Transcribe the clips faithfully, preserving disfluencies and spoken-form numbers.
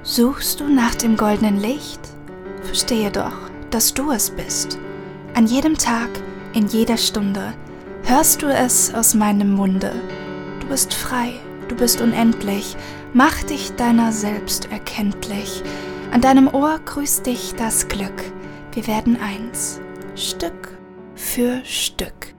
Suchst du nach dem goldenen Licht? Verstehe doch, dass du es bist. An jedem Tag, in jeder Stunde, hörst du es aus meinem Munde. Du bist frei, du bist unendlich, mach dich deiner selbst erkenntlich. An deinem Ohr grüßt dich das Glück. Wir werden eins, Stück für Stück.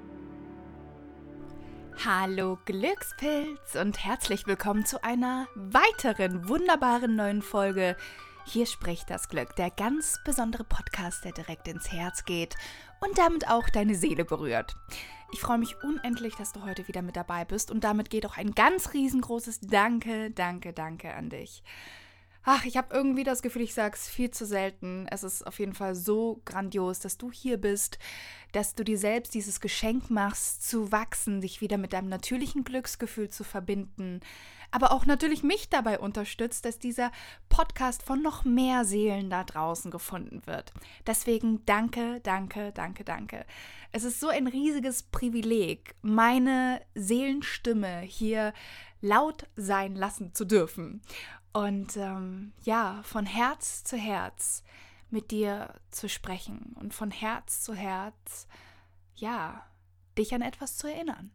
Hallo Glückspilz und herzlich willkommen zu einer weiteren wunderbaren neuen Folge. Hier spricht das Glück, der ganz besondere Podcast, der direkt ins Herz geht und damit auch deine Seele berührt. Ich freue mich unendlich, dass du heute wieder mit dabei bist und damit geht auch ein ganz riesengroßes Danke, danke, danke an dich. Ach, ich habe irgendwie das Gefühl, ich sage es viel zu selten. Es ist auf jeden Fall so grandios, dass du hier bist, dass du dir selbst dieses Geschenk machst, zu wachsen, dich wieder mit deinem natürlichen Glücksgefühl zu verbinden, aber auch natürlich mich dabei unterstützt, dass dieser Podcast von noch mehr Seelen da draußen gefunden wird. Deswegen danke, danke, danke, danke. Es ist so ein riesiges Privileg, meine Seelenstimme hier laut sein lassen zu dürfen. Und ähm, ja, von Herz zu Herz mit dir zu sprechen und von Herz zu Herz, ja, dich an etwas zu erinnern.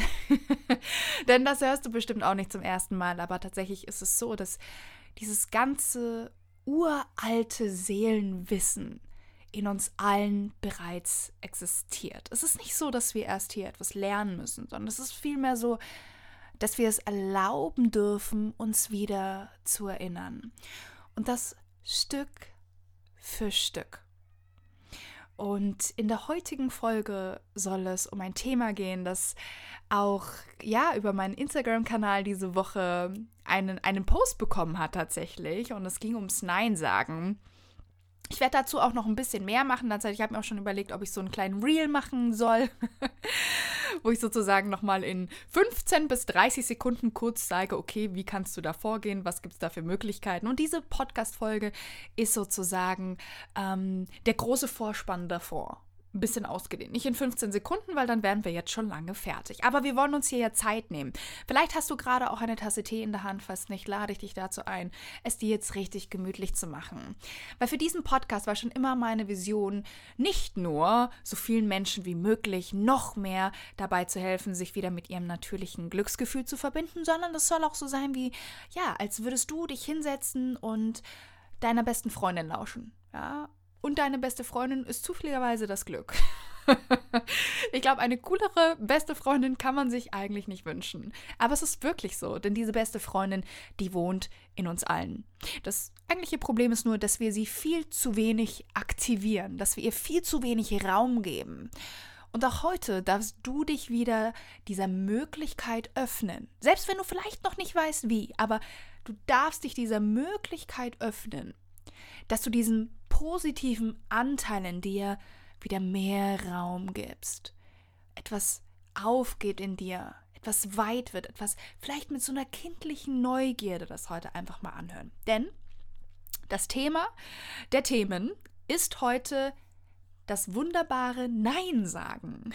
Denn das hörst du bestimmt auch nicht zum ersten Mal, aber tatsächlich ist es so, dass dieses ganze uralte Seelenwissen in uns allen bereits existiert. Es ist nicht so, dass wir erst hier etwas lernen müssen, sondern es ist vielmehr so, dass wir es erlauben dürfen, uns wieder zu erinnern. Und das Stück für Stück. Und in der heutigen Folge soll es um ein Thema gehen, das auch ja über meinen Instagram-Kanal diese Woche einen, einen Post bekommen hat tatsächlich. Und es ging ums Nein sagen. Ich werde dazu auch noch ein bisschen mehr machen. Ich habe mir auch schon überlegt, ob ich so einen kleinen Reel machen soll, wo ich sozusagen nochmal in fünfzehn bis dreißig Sekunden kurz zeige, okay, wie kannst du da vorgehen, was gibt es da für Möglichkeiten. Und diese Podcast-Folge ist sozusagen ähm, der große Vorspann davor. Ein bisschen ausgedehnt. Nicht in fünfzehn Sekunden, weil dann wären wir jetzt schon lange fertig. Aber wir wollen uns hier ja Zeit nehmen. Vielleicht hast du gerade auch eine Tasse Tee in der Hand. Falls nicht, lade ich dich dazu ein, es dir jetzt richtig gemütlich zu machen. Weil für diesen Podcast war schon immer meine Vision, nicht nur so vielen Menschen wie möglich noch mehr dabei zu helfen, sich wieder mit ihrem natürlichen Glücksgefühl zu verbinden, sondern das soll auch so sein wie, ja, als würdest du dich hinsetzen und deiner besten Freundin lauschen. Ja, und deine beste Freundin ist zufälligerweise das Glück. Ich glaube, eine coolere beste Freundin kann man sich eigentlich nicht wünschen. Aber es ist wirklich so, denn diese beste Freundin, die wohnt in uns allen. Das eigentliche Problem ist nur, dass wir sie viel zu wenig aktivieren, dass wir ihr viel zu wenig Raum geben. Und auch heute darfst du dich wieder dieser Möglichkeit öffnen. Selbst wenn du vielleicht noch nicht weißt, wie, aber du darfst dich dieser Möglichkeit öffnen, dass du diesen positiven Anteil in dir wieder mehr Raum gibst. Etwas aufgeht in dir, etwas weit wird, etwas vielleicht mit so einer kindlichen Neugierde das heute einfach mal anhören. Denn das Thema der Themen ist heute das wunderbare Nein sagen.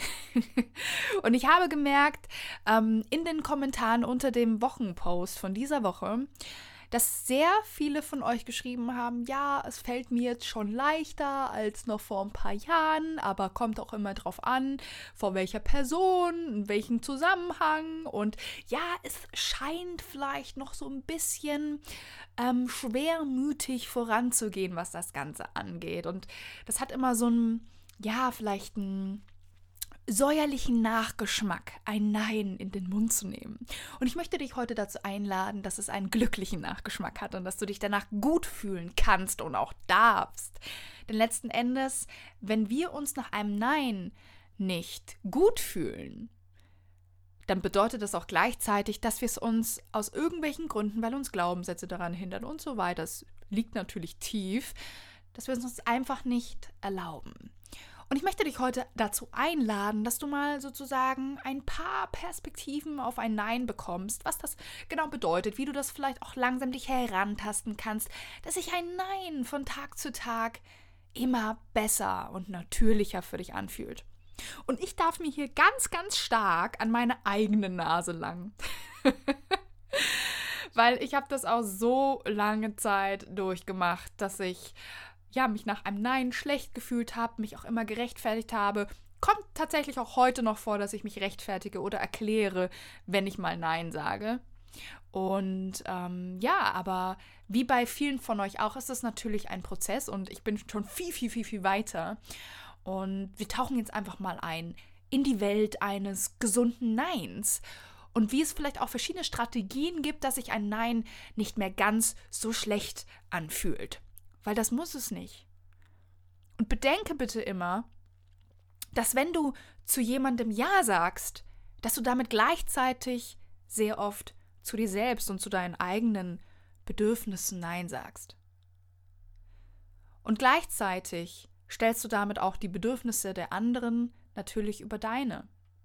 Und ich habe gemerkt, ähm, in den Kommentaren unter dem Wochenpost von dieser Woche, dass sehr viele von euch geschrieben haben, ja, es fällt mir jetzt schon leichter als noch vor ein paar Jahren, aber kommt auch immer drauf an, vor welcher Person, in welchem Zusammenhang und ja, es scheint vielleicht noch so ein bisschen ähm, schwermütig voranzugehen, was das Ganze angeht und das hat immer so ein, ja, vielleicht ein säuerlichen Nachgeschmack, ein Nein in den Mund zu nehmen. Und ich möchte dich heute dazu einladen, dass es einen glücklichen Nachgeschmack hat und dass du dich danach gut fühlen kannst und auch darfst. Denn letzten Endes, wenn wir uns nach einem Nein nicht gut fühlen, dann bedeutet das auch gleichzeitig, dass wir es uns aus irgendwelchen Gründen, weil uns Glaubenssätze daran hindern und so weiter, das liegt natürlich tief, dass wir es uns einfach nicht erlauben. Und ich möchte dich heute dazu einladen, dass du mal sozusagen ein paar Perspektiven auf ein Nein bekommst, was das genau bedeutet, wie du das vielleicht auch langsam dich herantasten kannst, dass sich ein Nein von Tag zu Tag immer besser und natürlicher für dich anfühlt. Und ich darf mir hier ganz, ganz stark an meine eigene Nase langen. Weil ich habe das auch so lange Zeit durchgemacht, dass ich ja, mich nach einem Nein schlecht gefühlt habe, mich auch immer gerechtfertigt habe. Kommt tatsächlich auch heute noch vor, dass ich mich rechtfertige oder erkläre, wenn ich mal Nein sage. Und ähm, ja, aber wie bei vielen von euch auch, ist es natürlich ein Prozess und ich bin schon viel, viel, viel, viel weiter. Und wir tauchen jetzt einfach mal ein in die Welt eines gesunden Neins. Und wie es vielleicht auch verschiedene Strategien gibt, dass sich ein Nein nicht mehr ganz so schlecht anfühlt. Weil das muss es nicht. Und bedenke bitte immer, dass wenn du zu jemandem Ja sagst, dass du damit gleichzeitig sehr oft zu dir selbst und zu deinen eigenen Bedürfnissen Nein sagst. Und gleichzeitig stellst du damit auch die Bedürfnisse der anderen natürlich über deine.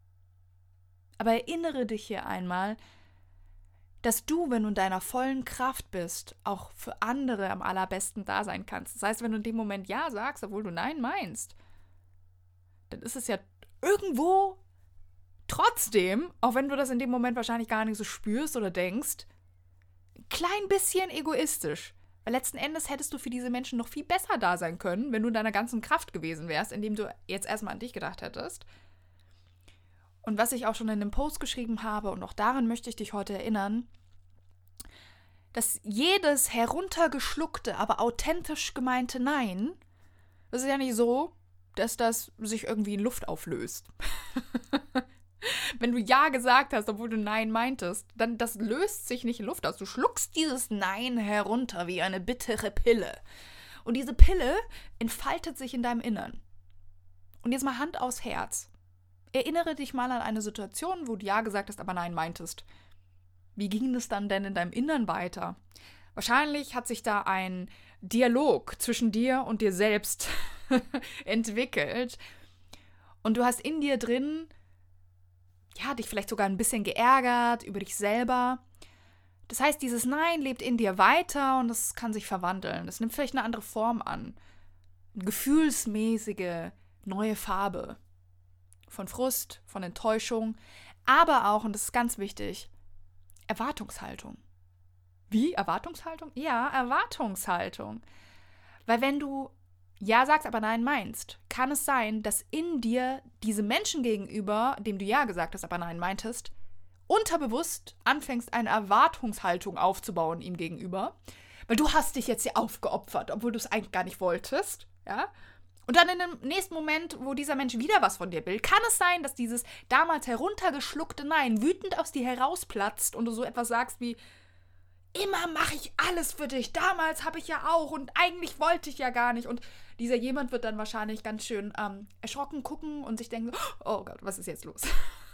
Aber erinnere dich hier einmal, dass du, wenn du in deiner vollen Kraft bist, auch für andere am allerbesten da sein kannst. Das heißt, wenn du in dem Moment Ja sagst, obwohl du Nein meinst, dann ist es ja irgendwo trotzdem, auch wenn du das in dem Moment wahrscheinlich gar nicht so spürst oder denkst, ein klein bisschen egoistisch. Weil letzten Endes hättest du für diese Menschen noch viel besser da sein können, wenn du in deiner ganzen Kraft gewesen wärst, indem du jetzt erstmal an dich gedacht hättest. Und was ich auch schon in dem Post geschrieben habe, und auch daran möchte ich dich heute erinnern, dass jedes heruntergeschluckte, aber authentisch gemeinte Nein, das ist ja nicht so, dass das sich irgendwie in Luft auflöst. Wenn du Ja gesagt hast, obwohl du Nein meintest, dann das löst sich nicht in Luft aus. Du schluckst dieses Nein herunter wie eine bittere Pille. Und diese Pille entfaltet sich in deinem Innern. Und jetzt mal Hand aufs Herz. Erinnere dich mal an eine Situation, wo du Ja gesagt hast, aber Nein meintest. Wie ging es dann denn in deinem Innern weiter? Wahrscheinlich hat sich da ein Dialog zwischen dir und dir selbst entwickelt. Und du hast in dir drin, ja, dich vielleicht sogar ein bisschen geärgert über dich selber. Das heißt, dieses Nein lebt in dir weiter und das kann sich verwandeln. Das nimmt vielleicht eine andere Form an. Eine gefühlsmäßige neue Farbe. Von Frust, von Enttäuschung, aber auch, und das ist ganz wichtig, Erwartungshaltung. Wie? Erwartungshaltung? Ja, Erwartungshaltung. Weil wenn du Ja sagst, aber Nein meinst, kann es sein, dass in dir diese Menschen gegenüber, dem du Ja gesagt hast, aber Nein meintest, unterbewusst anfängst, eine Erwartungshaltung aufzubauen ihm gegenüber, weil du hast dich jetzt hier aufgeopfert, obwohl du es eigentlich gar nicht wolltest, ja? Und dann in dem nächsten Moment, wo dieser Mensch wieder was von dir will, kann es sein, dass dieses damals heruntergeschluckte Nein wütend aus dir herausplatzt und du so etwas sagst wie, immer mache ich alles für dich, damals habe ich ja auch und eigentlich wollte ich ja gar nicht. Und dieser jemand wird dann wahrscheinlich ganz schön ähm, erschrocken gucken und sich denken, oh Gott, was ist jetzt los?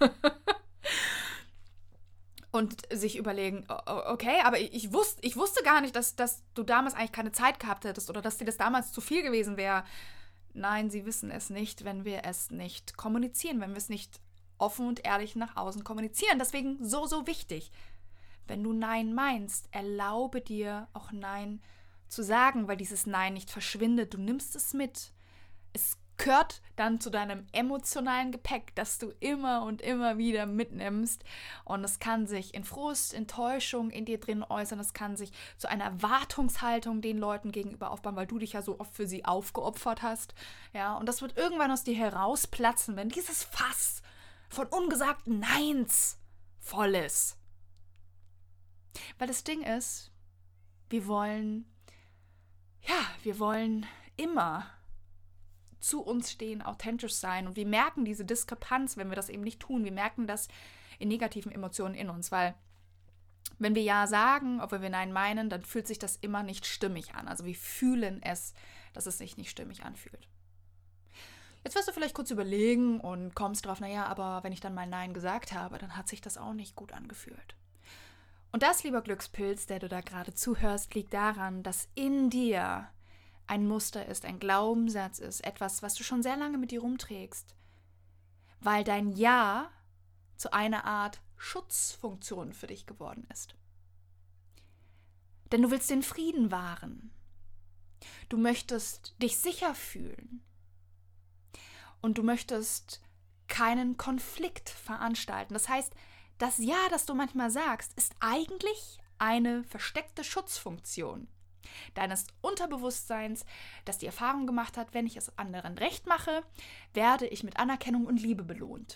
Und sich überlegen, okay, aber ich wusste, ich wusste gar nicht, dass, dass du damals eigentlich keine Zeit gehabt hättest oder dass dir das damals zu viel gewesen wäre. Nein, sie wissen es nicht, wenn wir es nicht kommunizieren, wenn wir es nicht offen und ehrlich nach außen kommunizieren. Deswegen so, so wichtig. Wenn du Nein meinst, erlaube dir auch Nein zu sagen, weil dieses Nein nicht verschwindet. Du nimmst es mit. Es gehört dann zu deinem emotionalen Gepäck, das du immer und immer wieder mitnimmst. Und es kann sich in Frust, Enttäuschung in dir drin äußern. Es kann sich zu einer Erwartungshaltung den Leuten gegenüber aufbauen, weil du dich ja so oft für sie aufgeopfert hast. Ja, und das wird irgendwann aus dir herausplatzen, wenn dieses Fass von ungesagten Neins voll ist. Weil das Ding ist, wir wollen, ja, wir wollen immer zu uns stehen, authentisch sein. Und wir merken diese Diskrepanz, wenn wir das eben nicht tun. Wir merken das in negativen Emotionen in uns, weil wenn wir Ja sagen, obwohl wir Nein meinen, dann fühlt sich das immer nicht stimmig an. Also wir fühlen es, dass es sich nicht stimmig anfühlt. Jetzt wirst du vielleicht kurz überlegen und kommst drauf, naja, aber wenn ich dann mal Nein gesagt habe, dann hat sich das auch nicht gut angefühlt. Und das, lieber Glückspilz, der du da gerade zuhörst, liegt daran, dass in dir ein Muster ist, ein Glaubenssatz ist, etwas, was du schon sehr lange mit dir rumträgst. Weil dein Ja zu einer Art Schutzfunktion für dich geworden ist. Denn du willst den Frieden wahren. Du möchtest dich sicher fühlen. Und du möchtest keinen Konflikt veranstalten. Das heißt, das Ja, das du manchmal sagst, ist eigentlich eine versteckte Schutzfunktion deines Unterbewusstseins, das die Erfahrung gemacht hat, wenn ich es anderen recht mache, werde ich mit Anerkennung und Liebe belohnt.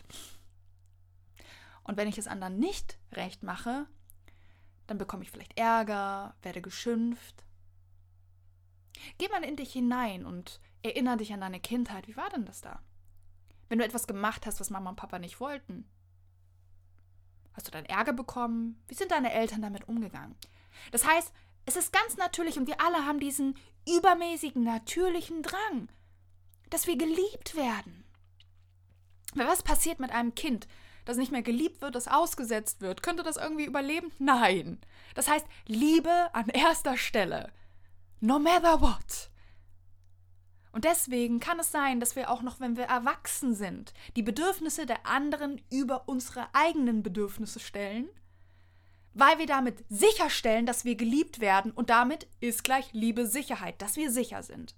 Und wenn ich es anderen nicht recht mache, dann bekomme ich vielleicht Ärger, werde geschimpft. Geh mal in dich hinein und erinnere dich an deine Kindheit. Wie war denn das da? Wenn du etwas gemacht hast, was Mama und Papa nicht wollten. Hast du dann Ärger bekommen? Wie sind deine Eltern damit umgegangen? Das heißt, es ist ganz natürlich und wir alle haben diesen übermäßigen, natürlichen Drang, dass wir geliebt werden. Weil was passiert mit einem Kind, das nicht mehr geliebt wird, das ausgesetzt wird? Könnte das irgendwie überleben? Nein. Das heißt, Liebe an erster Stelle. No matter what. Und deswegen kann es sein, dass wir auch noch, wenn wir erwachsen sind, die Bedürfnisse der anderen über unsere eigenen Bedürfnisse stellen, weil wir damit sicherstellen, dass wir geliebt werden und damit ist gleich Liebe Sicherheit, dass wir sicher sind.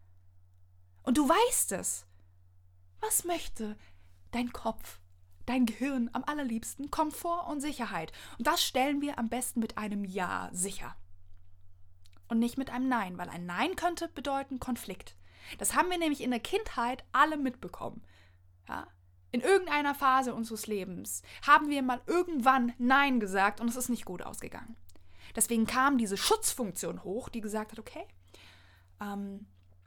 Und du weißt es. Was möchte dein Kopf, dein Gehirn am allerliebsten? Komfort und Sicherheit. Und das stellen wir am besten mit einem Ja sicher. Und nicht mit einem Nein, weil ein Nein könnte bedeuten Konflikt. Das haben wir nämlich in der Kindheit alle mitbekommen. Ja? In irgendeiner Phase unseres Lebens haben wir mal irgendwann Nein gesagt und es ist nicht gut ausgegangen. Deswegen kam diese Schutzfunktion hoch, die gesagt hat, okay, ähm,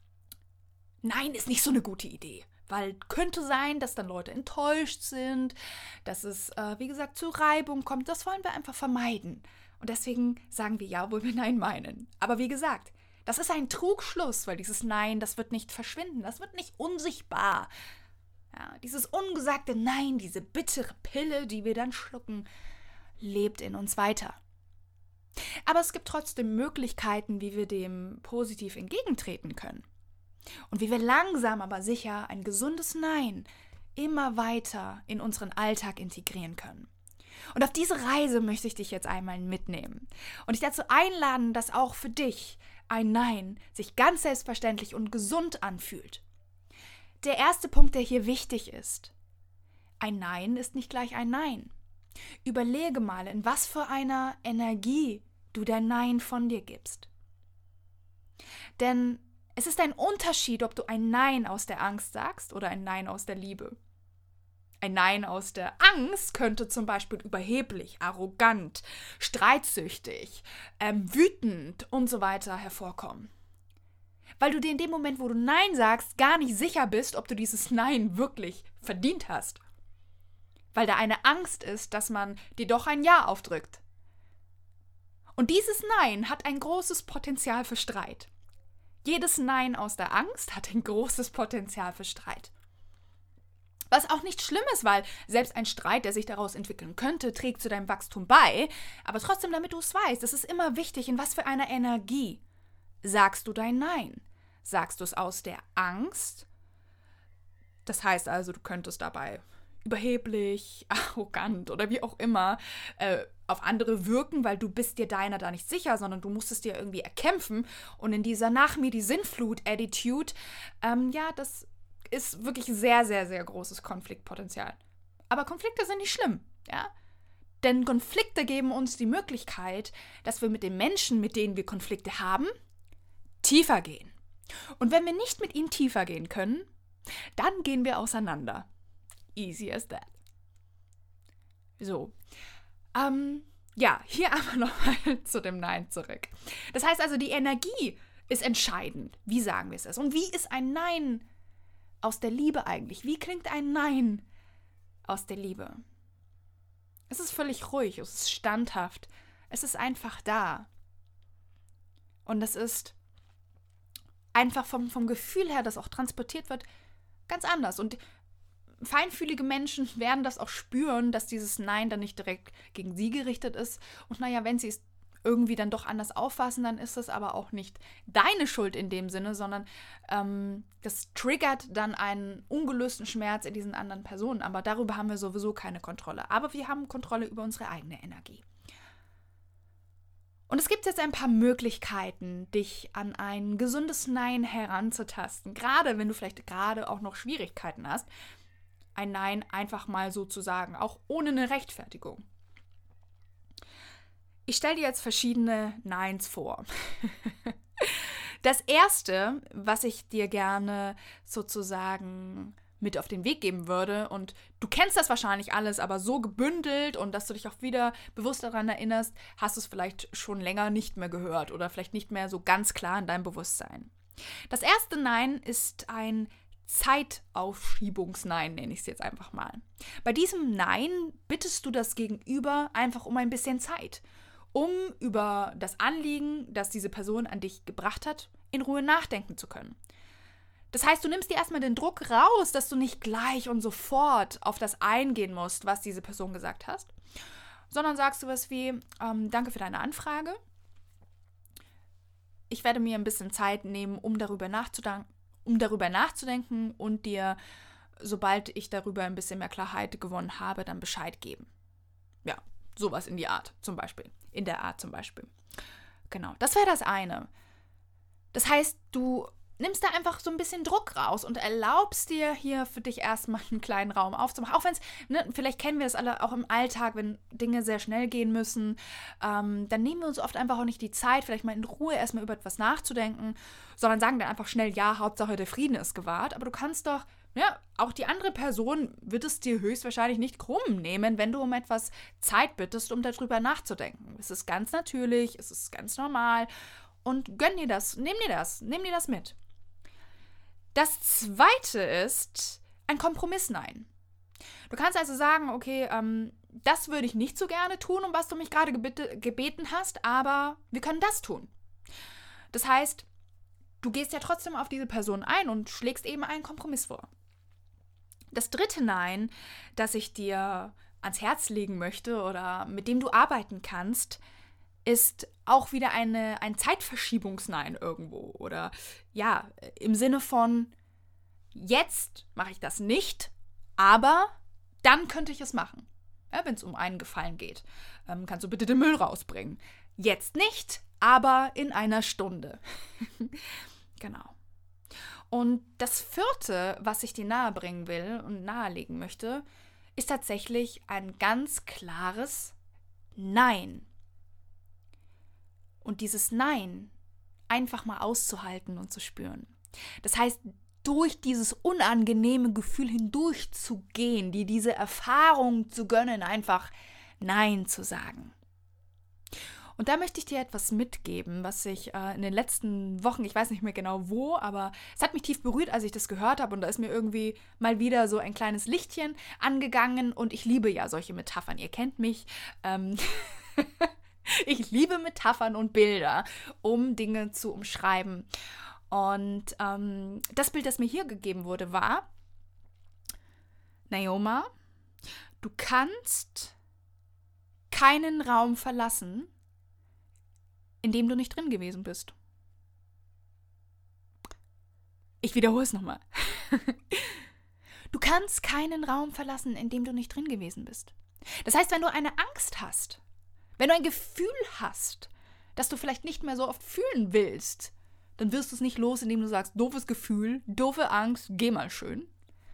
Nein ist nicht so eine gute Idee, weil könnte sein, dass dann Leute enttäuscht sind, dass es, äh, wie gesagt, zu Reibung kommt. Das wollen wir einfach vermeiden. Und deswegen sagen wir Ja, obwohl wir Nein meinen. Aber wie gesagt, das ist ein Trugschluss, weil dieses Nein, das wird nicht verschwinden, das wird nicht unsichtbar. Ja, dieses ungesagte Nein, diese bittere Pille, die wir dann schlucken, lebt in uns weiter. Aber es gibt trotzdem Möglichkeiten, wie wir dem positiv entgegentreten können. Und wie wir langsam, aber sicher ein gesundes Nein immer weiter in unseren Alltag integrieren können. Und auf diese Reise möchte ich dich jetzt einmal mitnehmen. Und dich dazu einladen, dass auch für dich ein Nein sich ganz selbstverständlich und gesund anfühlt. Der erste Punkt, der hier wichtig ist. Ein Nein ist nicht gleich ein Nein. Überlege mal, in was für einer Energie du dein Nein von dir gibst. Denn es ist ein Unterschied, ob du ein Nein aus der Angst sagst oder ein Nein aus der Liebe. Ein Nein aus der Angst könnte zum Beispiel überheblich, arrogant, streitsüchtig, ähm, wütend und so weiter hervorkommen. Weil du dir in dem Moment, wo du Nein sagst, gar nicht sicher bist, ob du dieses Nein wirklich verdient hast. Weil da eine Angst ist, dass man dir doch ein Ja aufdrückt. Und dieses Nein hat ein großes Potenzial für Streit. Jedes Nein aus der Angst hat ein großes Potenzial für Streit. Was auch nicht schlimm ist, weil selbst ein Streit, der sich daraus entwickeln könnte, trägt zu deinem Wachstum bei. Aber trotzdem, damit du es weißt, es ist immer wichtig, in was für einer Energie sagst du dein Nein. Sagst du es aus der Angst? Das heißt also, du könntest dabei überheblich, arrogant oder wie auch immer äh, auf andere wirken, weil du bist dir deiner da nicht sicher, sondern du musst es dir irgendwie erkämpfen. Und in dieser Nach mir die Sinnflut-Attitude, ähm, ja, das ist wirklich sehr, sehr, sehr großes Konfliktpotenzial. Aber Konflikte sind nicht schlimm, ja? Denn Konflikte geben uns die Möglichkeit, dass wir mit den Menschen, mit denen wir Konflikte haben, tiefer gehen. Und wenn wir nicht mit ihnen tiefer gehen können, dann gehen wir auseinander. Easy as that. So. Ähm, ja, hier aber nochmal zu dem Nein zurück. Das heißt also, die Energie ist entscheidend. Wie sagen wir es? Und wie ist ein Nein aus der Liebe eigentlich? Wie klingt ein Nein aus der Liebe? Es ist völlig ruhig, es ist standhaft, es ist einfach da. Und es ist einfach vom, vom Gefühl her, das auch transportiert wird, ganz anders. Und feinfühlige Menschen werden das auch spüren, dass dieses Nein dann nicht direkt gegen sie gerichtet ist. Und naja, wenn sie es irgendwie dann doch anders auffassen, dann ist das aber auch nicht deine Schuld in dem Sinne, sondern ähm, das triggert dann einen ungelösten Schmerz in diesen anderen Personen. Aber darüber haben wir sowieso keine Kontrolle. Aber wir haben Kontrolle über unsere eigene Energie. Und es gibt jetzt ein paar Möglichkeiten, dich an ein gesundes Nein heranzutasten. Gerade wenn du vielleicht gerade auch noch Schwierigkeiten hast, ein Nein einfach mal so zu sagen, auch ohne eine Rechtfertigung. Ich stelle dir jetzt verschiedene Neins vor. Das erste, was ich dir gerne sozusagen mit auf den Weg geben würde, und du kennst das wahrscheinlich alles, aber so gebündelt und dass du dich auch wieder bewusst daran erinnerst, hast du es vielleicht schon länger nicht mehr gehört oder vielleicht nicht mehr so ganz klar in deinem Bewusstsein. Das erste Nein ist ein Zeitaufschiebungsnein, nenne ich es jetzt einfach mal. Bei diesem Nein bittest du das Gegenüber einfach um ein bisschen Zeit, um über das Anliegen, das diese Person an dich gebracht hat, in Ruhe nachdenken zu können. Das heißt, du nimmst dir erstmal den Druck raus, dass du nicht gleich und sofort auf das eingehen musst, was diese Person gesagt hat, sondern sagst du was wie, ähm, danke für deine Anfrage. Ich werde mir ein bisschen Zeit nehmen, um darüber nachzudenken, um darüber nachzudenken und dir, sobald ich darüber ein bisschen mehr Klarheit gewonnen habe, dann Bescheid geben. Ja, sowas in die Art zum Beispiel. In der Art zum Beispiel. Genau, das wäre das eine. Das heißt, du nimmst da einfach so ein bisschen Druck raus und erlaubst dir hier für dich erstmal einen kleinen Raum aufzumachen. Auch wenn es, ne, vielleicht kennen wir das alle auch im Alltag, wenn Dinge sehr schnell gehen müssen, ähm, dann nehmen wir uns oft einfach auch nicht die Zeit, vielleicht mal in Ruhe erstmal über etwas nachzudenken, sondern sagen dann einfach schnell, ja, Hauptsache der Frieden ist gewahrt. Aber du kannst doch, ja, auch die andere Person wird es dir höchstwahrscheinlich nicht krumm nehmen, wenn du um etwas Zeit bittest, um darüber nachzudenken. Es ist ganz natürlich, es ist ganz normal und gönn dir das, nimm dir das, nimm dir das mit. Das zweite ist ein Kompromissnein. Du kannst also sagen, okay, ähm, das würde ich nicht so gerne tun, um was du mich gerade gebete, gebeten hast, aber wir können das tun. Das heißt, du gehst ja trotzdem auf diese Person ein und schlägst eben einen Kompromiss vor. Das dritte Nein, das ich dir ans Herz legen möchte oder mit dem du arbeiten kannst, ist auch wieder eine, ein Zeitverschiebungsnein irgendwo. Oder ja, im Sinne von, jetzt mache ich das nicht, aber dann könnte ich es machen. Ja, wenn es um einen Gefallen geht. Ähm, kannst du bitte den Müll rausbringen? Jetzt nicht, aber in einer Stunde. Genau. Und das vierte, was ich dir nahebringen will und nahelegen möchte, ist tatsächlich ein ganz klares Nein. Und dieses Nein einfach mal auszuhalten und zu spüren. Das heißt, durch dieses unangenehme Gefühl hindurchzugehen, dir diese Erfahrung zu gönnen, einfach Nein zu sagen. Und da möchte ich dir etwas mitgeben, was ich äh, in den letzten Wochen, ich weiß nicht mehr genau wo, aber es hat mich tief berührt, als ich das gehört habe und da ist mir irgendwie mal wieder so ein kleines Lichtchen angegangen und ich liebe ja solche Metaphern, ihr kennt mich. Ähm ich liebe Metaphern und Bilder, um Dinge zu umschreiben. Und ähm, das Bild, das mir hier gegeben wurde, war, Naoma, du kannst keinen Raum verlassen, in dem du nicht drin gewesen bist. Ich wiederhole es nochmal. Du kannst keinen Raum verlassen, in dem du nicht drin gewesen bist. Das heißt, wenn du eine Angst hast, wenn du ein Gefühl hast, das du vielleicht nicht mehr so oft fühlen willst, dann wirst du es nicht los, indem du sagst, doofes Gefühl, doofe Angst, geh mal schön.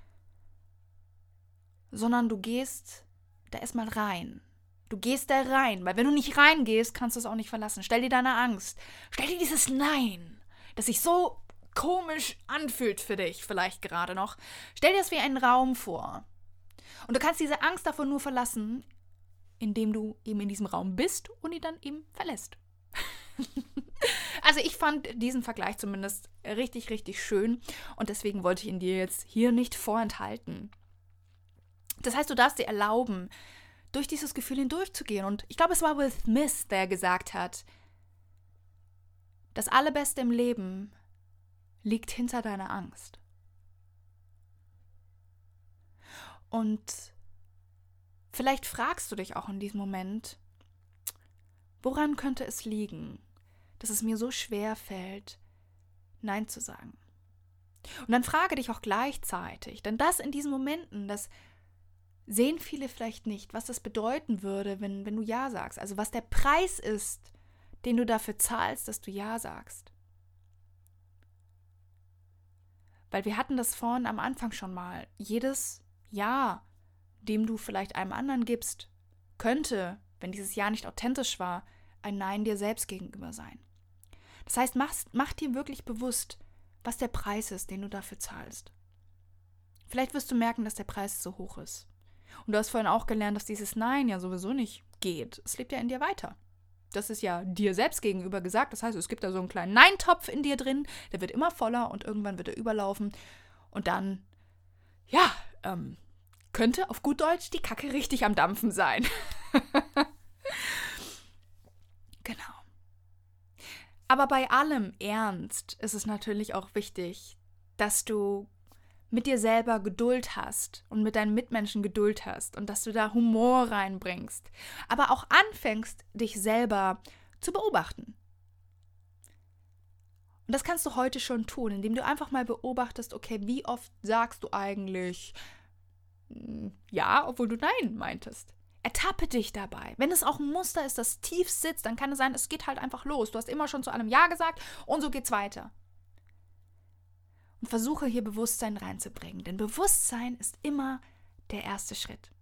Sondern du gehst da erstmal rein. Du gehst da rein, weil wenn du nicht reingehst, kannst du es auch nicht verlassen. Stell dir deine Angst. Stell dir dieses Nein, das sich so komisch anfühlt für dich, vielleicht gerade noch. Stell dir das wie einen Raum vor. Und du kannst diese Angst davon nur verlassen, indem du eben in diesem Raum bist und ihn dann eben verlässt. Also ich fand diesen Vergleich zumindest richtig, richtig schön und deswegen wollte ich ihn dir jetzt hier nicht vorenthalten. Das heißt, du darfst dir erlauben, durch dieses Gefühl hindurchzugehen. Und ich glaube, es war Will Smith, der gesagt hat, das Allerbeste im Leben liegt hinter deiner Angst. Und vielleicht fragst du dich auch in diesem Moment, woran könnte es liegen, dass es mir so schwer fällt, Nein zu sagen? Und dann frage dich auch gleichzeitig, denn das in diesen Momenten, das sehen viele vielleicht nicht, was das bedeuten würde, wenn, wenn du Ja sagst. Also was der Preis ist, den du dafür zahlst, dass du Ja sagst. Weil wir hatten das vorhin am Anfang schon mal. Jedes Ja, dem du vielleicht einem anderen gibst, könnte, wenn dieses Ja nicht authentisch war, ein Nein dir selbst gegenüber sein. Das heißt, mach, mach dir wirklich bewusst, was der Preis ist, den du dafür zahlst. Vielleicht wirst du merken, dass der Preis so hoch ist. Und du hast vorhin auch gelernt, dass dieses Nein ja sowieso nicht geht. Es lebt ja in dir weiter. Das ist ja dir selbst gegenüber gesagt. Das heißt, es gibt da so einen kleinen Nein-Topf in dir drin, der wird immer voller und irgendwann wird er überlaufen. Und dann, ja, ähm, könnte auf gut Deutsch die Kacke richtig am Dampfen sein. Genau. Aber bei allem Ernst ist es natürlich auch wichtig, dass du mit dir selber Geduld hast und mit deinen Mitmenschen Geduld hast und dass du da Humor reinbringst, aber auch anfängst, dich selber zu beobachten. Und das kannst du heute schon tun, indem du einfach mal beobachtest, okay, wie oft sagst du eigentlich ja, obwohl du Nein meintest. Ertappe dich dabei. Wenn es auch ein Muster ist, das tief sitzt, dann kann es sein, es geht halt einfach los. Du hast immer schon zu einem Ja gesagt und so geht's weiter. Und versuche hier Bewusstsein reinzubringen, denn Bewusstsein ist immer der erste Schritt.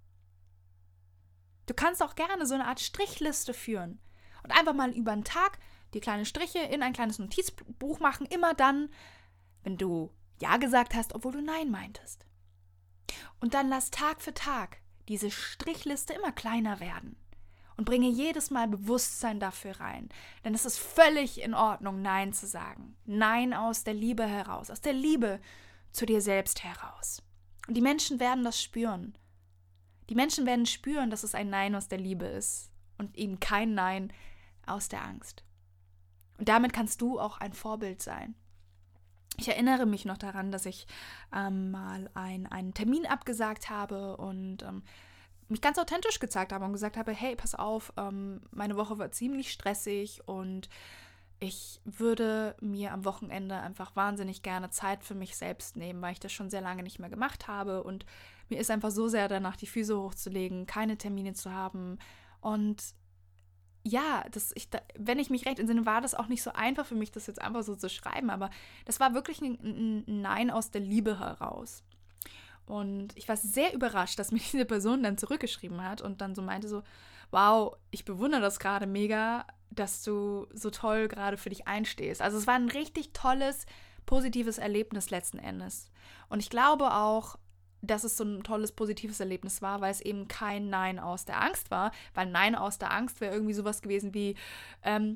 Du kannst auch gerne so eine Art Strichliste führen und einfach mal über den Tag die kleinen Striche in ein kleines Notizbuch machen, immer dann, wenn du Ja gesagt hast, obwohl du Nein meintest. Und dann lass Tag für Tag diese Strichliste immer kleiner werden und bringe jedes Mal Bewusstsein dafür rein. Denn es ist völlig in Ordnung, Nein zu sagen. Nein aus der Liebe heraus, aus der Liebe zu dir selbst heraus. Und die Menschen werden das spüren. Die Menschen werden spüren, dass es ein Nein aus der Liebe ist und eben kein Nein aus der Angst. Und damit kannst du auch ein Vorbild sein. Ich erinnere mich noch daran, dass ich ähm, mal ein, einen Termin abgesagt habe und ähm, mich ganz authentisch gezeigt habe und gesagt habe, hey, pass auf, ähm, meine Woche war ziemlich stressig und ich würde mir am Wochenende einfach wahnsinnig gerne Zeit für mich selbst nehmen, weil ich das schon sehr lange nicht mehr gemacht habe und mir ist einfach so sehr danach, die Füße hochzulegen, keine Termine zu haben und ja, das, ich, wenn ich mich recht entsinne, war das auch nicht so einfach für mich, das jetzt einfach so zu schreiben, aber das war wirklich ein, ein Nein aus der Liebe heraus. Und ich war sehr überrascht, dass mir diese Person dann zurückgeschrieben hat und dann so meinte so, wow, ich bewundere das gerade mega, dass du so toll gerade für dich einstehst. Also es war ein richtig tolles, positives Erlebnis letzten Endes. Und ich glaube auch, dass es so ein tolles, positives Erlebnis war, weil es eben kein Nein aus der Angst war, weil Nein aus der Angst wäre irgendwie sowas gewesen wie, ähm,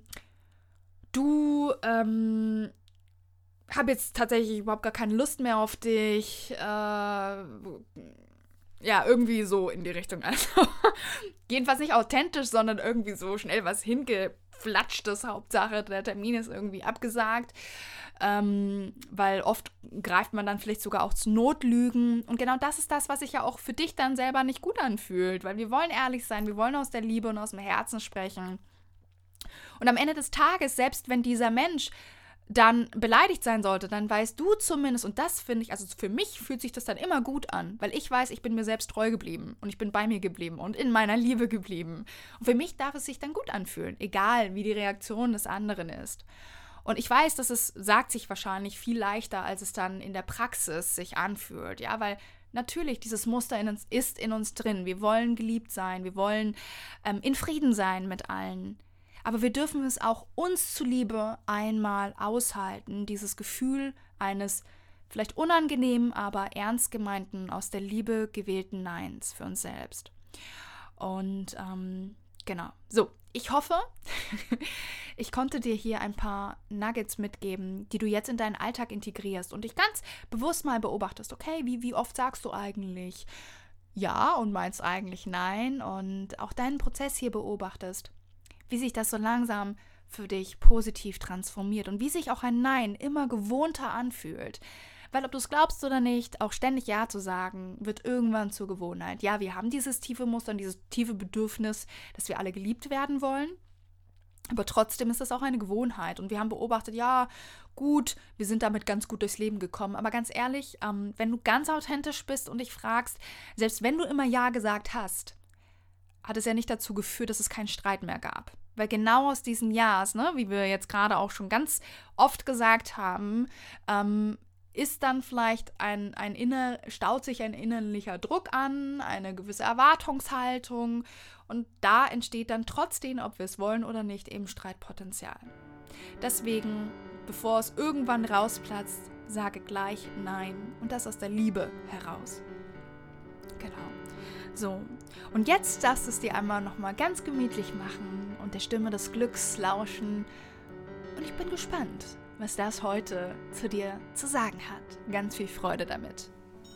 du, ähm, habe jetzt tatsächlich überhaupt gar keine Lust mehr auf dich, äh, ja, irgendwie so in die Richtung, also jedenfalls nicht authentisch, sondern irgendwie so schnell was hingeflatschtes, Hauptsache der Termin ist irgendwie abgesagt. Ähm, weil oft greift man dann vielleicht sogar auch zu Notlügen und genau das ist das, was sich ja auch für dich dann selber nicht gut anfühlt, weil wir wollen ehrlich sein, wir wollen aus der Liebe und aus dem Herzen sprechen und am Ende des Tages, selbst wenn dieser Mensch dann beleidigt sein sollte, dann weißt du zumindest, und das finde ich, also für mich fühlt sich das dann immer gut an, weil ich weiß, ich bin mir selbst treu geblieben und ich bin bei mir geblieben und in meiner Liebe geblieben und für mich darf es sich dann gut anfühlen, egal wie die Reaktion des anderen ist. Und ich weiß, dass es sagt sich wahrscheinlich viel leichter, als es dann in der Praxis sich anfühlt, ja, weil natürlich dieses Muster in uns ist in uns drin. Wir wollen geliebt sein, wir wollen ähm, in Frieden sein mit allen. Aber wir dürfen es auch uns zuliebe einmal aushalten, dieses Gefühl eines vielleicht unangenehmen, aber ernst gemeinten, aus der Liebe gewählten Neins für uns selbst. Und ähm, genau, so. Ich hoffe, ich konnte dir hier ein paar Nuggets mitgeben, die du jetzt in deinen Alltag integrierst und dich ganz bewusst mal beobachtest. Okay, wie, wie oft sagst du eigentlich ja und meinst eigentlich nein? Und auch deinen Prozess hier beobachtest, wie sich das so langsam für dich positiv transformiert und wie sich auch ein Nein immer gewohnter anfühlt. Weil ob du es glaubst oder nicht, auch ständig Ja zu sagen, wird irgendwann zur Gewohnheit. Ja, wir haben dieses tiefe Muster und dieses tiefe Bedürfnis, dass wir alle geliebt werden wollen. Aber trotzdem ist das auch eine Gewohnheit. Und wir haben beobachtet, ja, gut, wir sind damit ganz gut durchs Leben gekommen. Aber ganz ehrlich, ähm, wenn du ganz authentisch bist und dich fragst, selbst wenn du immer Ja gesagt hast, hat es ja nicht dazu geführt, dass es keinen Streit mehr gab. Weil genau aus diesen Ja's, ne, wie wir jetzt gerade auch schon ganz oft gesagt haben, ähm, ist dann vielleicht ein, ein inner, staut sich ein innerlicher Druck an, eine gewisse Erwartungshaltung und da entsteht dann trotzdem, ob wir es wollen oder nicht, eben Streitpotenzial. Deswegen, bevor es irgendwann rausplatzt, sage gleich Nein und das aus der Liebe heraus. Genau. So, und jetzt darfst du es dir einmal nochmal ganz gemütlich machen und der Stimme des Glücks lauschen. Und ich bin gespannt, was das heute zu dir zu sagen hat. Ganz viel Freude damit.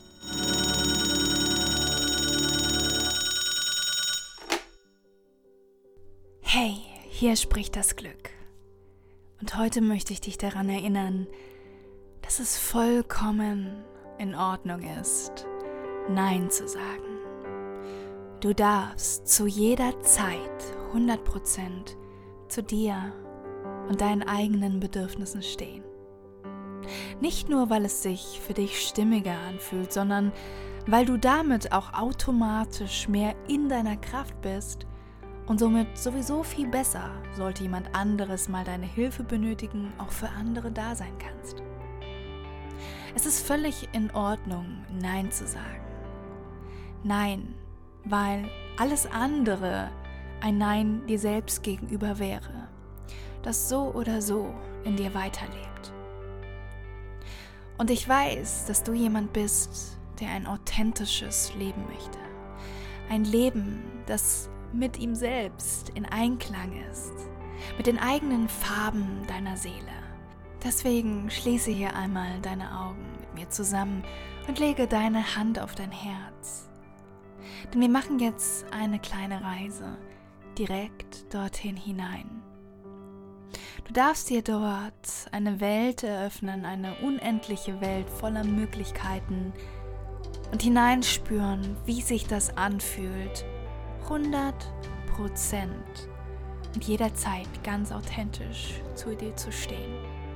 Hey, hier spricht das Glück. Und heute möchte ich dich daran erinnern, dass es vollkommen in Ordnung ist, Nein zu sagen. Du darfst zu jeder Zeit hundert Prozent zu dir und deinen eigenen Bedürfnissen stehen. Nicht nur, weil es sich für dich stimmiger anfühlt, sondern weil du damit auch automatisch mehr in deiner Kraft bist und somit sowieso viel besser, sollte jemand anderes mal deine Hilfe benötigen, auch für andere da sein kannst. Es ist völlig in Ordnung, Nein zu sagen. Nein, weil alles andere ein Nein dir selbst gegenüber wäre, das so oder so in dir weiterlebt. Und ich weiß, dass du jemand bist, der ein authentisches Leben möchte. Ein Leben, das mit ihm selbst in Einklang ist, mit den eigenen Farben deiner Seele. Deswegen schließe hier einmal deine Augen mit mir zusammen und lege deine Hand auf dein Herz. Denn wir machen jetzt eine kleine Reise direkt dorthin hinein. Du darfst dir dort eine Welt eröffnen, eine unendliche Welt voller Möglichkeiten und hineinspüren, wie sich das anfühlt, hundert Prozent und jederzeit ganz authentisch zu dir zu stehen.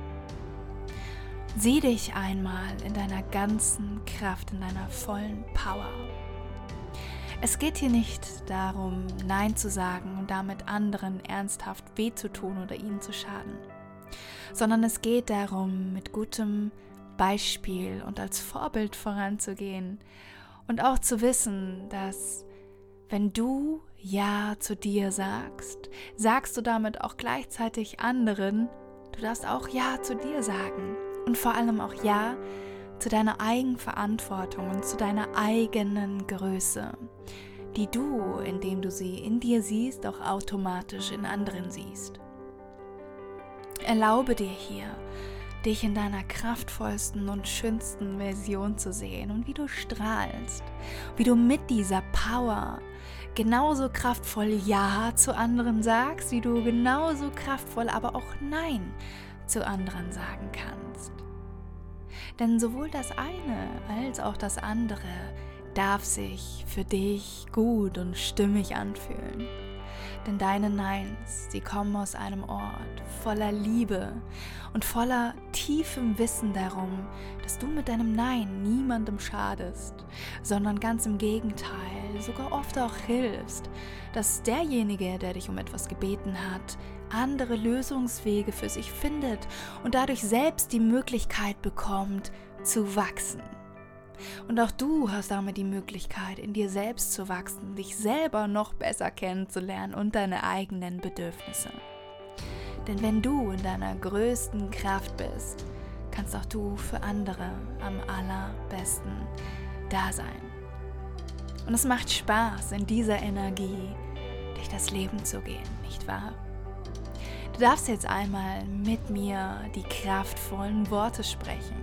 Sieh dich einmal in deiner ganzen Kraft, in deiner vollen Power. Es geht hier nicht darum, Nein zu sagen und damit anderen ernsthaft weh zu tun oder ihnen zu schaden, sondern es geht darum, mit gutem Beispiel und als Vorbild voranzugehen und auch zu wissen, dass wenn du Ja zu dir sagst, sagst du damit auch gleichzeitig anderen, du darfst auch Ja zu dir sagen und vor allem auch Ja zu deiner Eigenverantwortung und zu deiner eigenen Größe, die du, indem du sie in dir siehst, auch automatisch in anderen siehst. Erlaube dir hier, dich in deiner kraftvollsten und schönsten Version zu sehen und wie du strahlst, wie du mit dieser Power genauso kraftvoll Ja zu anderen sagst, wie du genauso kraftvoll aber auch Nein zu anderen sagen kannst. Denn sowohl das eine als auch das andere darf sich für dich gut und stimmig anfühlen. Denn deine Neins, sie kommen aus einem Ort voller Liebe und voller tiefem Wissen darum, dass du mit deinem Nein niemandem schadest, sondern ganz im Gegenteil sogar oft auch hilfst, dass derjenige, der dich um etwas gebeten hat, andere Lösungswege für sich findet und dadurch selbst die Möglichkeit bekommt, zu wachsen. Und auch du hast damit die Möglichkeit, in dir selbst zu wachsen, dich selber noch besser kennenzulernen und deine eigenen Bedürfnisse. Denn wenn du in deiner größten Kraft bist, kannst auch du für andere am allerbesten da sein. Und es macht Spaß, in dieser Energie durch das Leben zu gehen, nicht wahr? Du darfst jetzt einmal mit mir die kraftvollen Worte sprechen.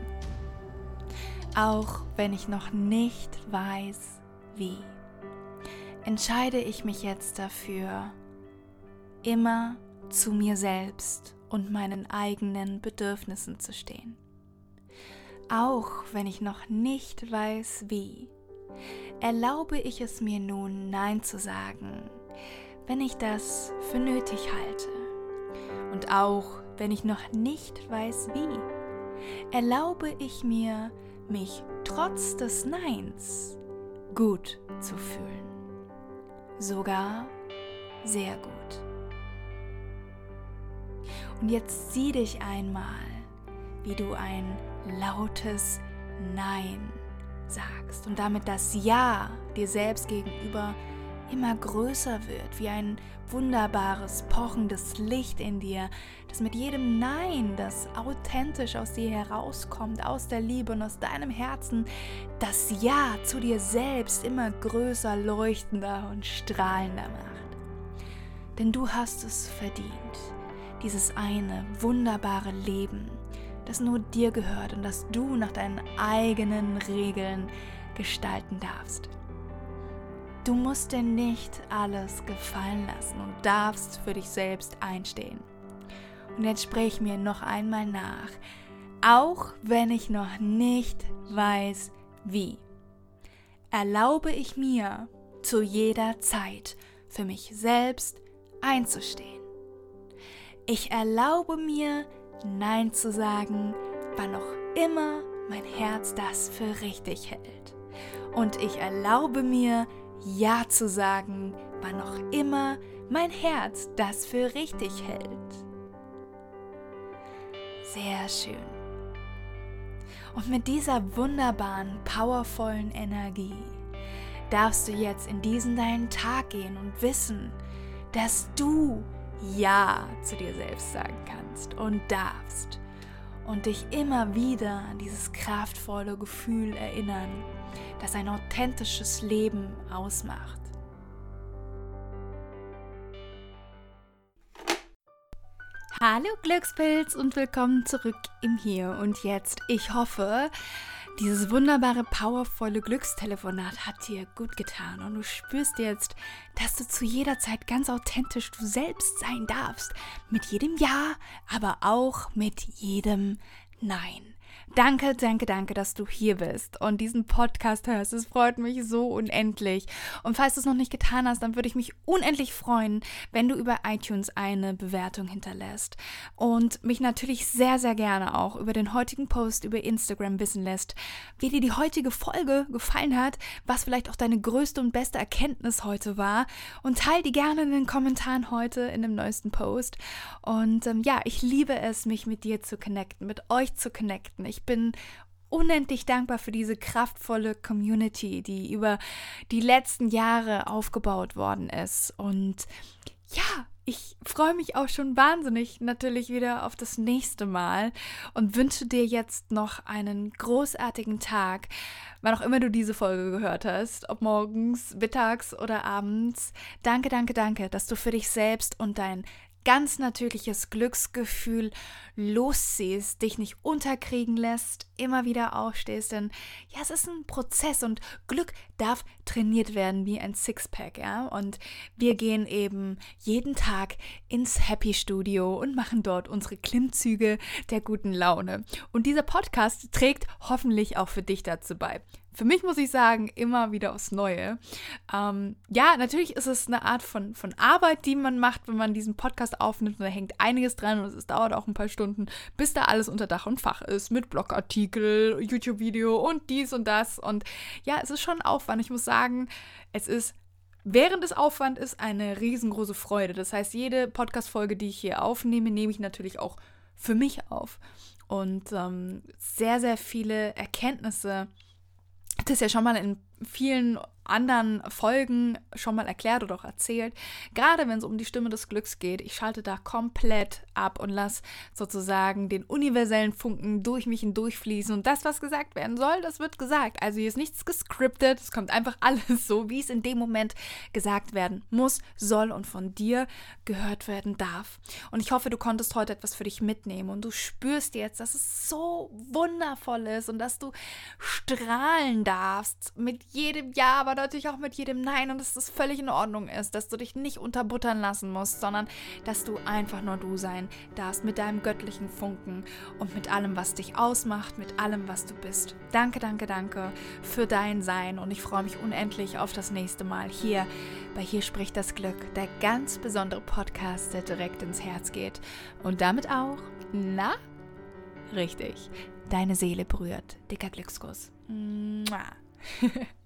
Auch wenn ich noch nicht weiß, wie, entscheide ich mich jetzt dafür, immer zu mir selbst und meinen eigenen Bedürfnissen zu stehen. Auch wenn ich noch nicht weiß, wie, erlaube ich es mir nun, Nein zu sagen, wenn ich das für nötig halte. Und auch wenn ich noch nicht weiß, wie, erlaube ich mir, mich trotz des Neins gut zu fühlen. Sogar sehr gut. Und jetzt sieh dich einmal wie du ein lautes Nein sagst und damit das Ja dir selbst gegenüber immer größer wird, wie ein wunderbares, pochendes Licht in dir, das mit jedem Nein, das authentisch aus dir herauskommt, aus der Liebe und aus deinem Herzen, das Ja zu dir selbst immer größer, leuchtender und strahlender macht. Denn du hast es verdient, dieses eine wunderbare Leben, das nur dir gehört und das du nach deinen eigenen Regeln gestalten darfst. Du musst dir nicht alles gefallen lassen und darfst für dich selbst einstehen. Und jetzt sprich mir noch einmal nach, auch wenn ich noch nicht weiß, wie. Erlaube ich mir zu jeder Zeit für mich selbst einzustehen. Ich erlaube mir, Nein zu sagen, wann auch immer mein Herz das für richtig hält. Und ich erlaube mir, Ja zu sagen, wann auch immer mein Herz das für richtig hält. Sehr schön. Und mit dieser wunderbaren, powervollen Energie darfst du jetzt in diesen deinen Tag gehen und wissen, dass du Ja zu dir selbst sagen kannst und darfst und dich immer wieder an dieses kraftvolle Gefühl erinnern, das ein authentisches Leben ausmacht. Hallo Glückspilz und willkommen zurück im Hier und Jetzt. Ich hoffe, dieses wunderbare, powervolle Glückstelefonat hat dir gut getan und du spürst jetzt, dass du zu jeder Zeit ganz authentisch du selbst sein darfst. Mit jedem Ja, aber auch mit jedem Nein. Danke, danke, danke, dass du hier bist und diesen Podcast hörst. Es freut mich so unendlich. Und falls du es noch nicht getan hast, dann würde ich mich unendlich freuen, wenn du über iTunes eine Bewertung hinterlässt. Und mich natürlich sehr, sehr gerne auch über den heutigen Post über Instagram wissen lässt, wie dir die heutige Folge gefallen hat, was vielleicht auch deine größte und beste Erkenntnis heute war. Und teile die gerne in den Kommentaren heute in dem neuesten Post. Und ähm, ja, ich liebe es, mich mit dir zu connecten, mit euch zu connecten. Ich Ich bin unendlich dankbar für diese kraftvolle Community, die über die letzten Jahre aufgebaut worden ist. Und ja, ich freue mich auch schon wahnsinnig natürlich wieder auf das nächste Mal und wünsche dir jetzt noch einen großartigen Tag, wann auch immer du diese Folge gehört hast, ob morgens, mittags oder abends. Danke, danke, danke, dass du für dich selbst und dein ganz natürliches Glücksgefühl losziehst, dich nicht unterkriegen lässt, immer wieder aufstehst, denn ja, es ist ein Prozess und Glück darf trainiert werden wie ein Sixpack, ja, und wir gehen eben jeden Tag ins Happy Studio und machen dort unsere Klimmzüge der guten Laune und dieser Podcast trägt hoffentlich auch für dich dazu bei. Für mich muss ich sagen, immer wieder aufs Neue. Ähm, ja, natürlich ist es eine Art von, von Arbeit, die man macht, wenn man diesen Podcast aufnimmt. Und da hängt einiges dran und es dauert auch ein paar Stunden, bis da alles unter Dach und Fach ist. Mit Blogartikel, YouTube-Video und dies und das. Und ja, es ist schon Aufwand. Ich muss sagen, es ist während des Aufwands ist eine riesengroße Freude. Das heißt, jede Podcast-Folge, die ich hier aufnehme, nehme ich natürlich auch für mich auf. Und ähm, sehr, sehr viele Erkenntnisse. Das ist ja schon mal in vielen anderen Folgen schon mal erklärt oder auch erzählt. Gerade wenn es um die Stimme des Glücks geht, ich schalte da komplett ab und lasse sozusagen den universellen Funken durch mich hindurchfließen. Und das, was gesagt werden soll, das wird gesagt. Also hier ist nichts gescriptet, es kommt einfach alles so, wie es in dem Moment gesagt werden muss, soll und von dir gehört werden darf. Und ich hoffe, du konntest heute etwas für dich mitnehmen und du spürst jetzt, dass es so wundervoll ist und dass du strahlen darfst mit jedem Ja, aber natürlich auch mit jedem Nein und dass das völlig in Ordnung ist, dass du dich nicht unterbuttern lassen musst, sondern dass du einfach nur du sein darfst mit deinem göttlichen Funken und mit allem, was dich ausmacht, mit allem, was du bist. Danke, danke, danke für dein Sein und ich freue mich unendlich auf das nächste Mal hier bei Hier spricht das Glück, der ganz besondere Podcast, der direkt ins Herz geht und damit auch, na, richtig, deine Seele berührt. Dicker Glückskuss. Mua.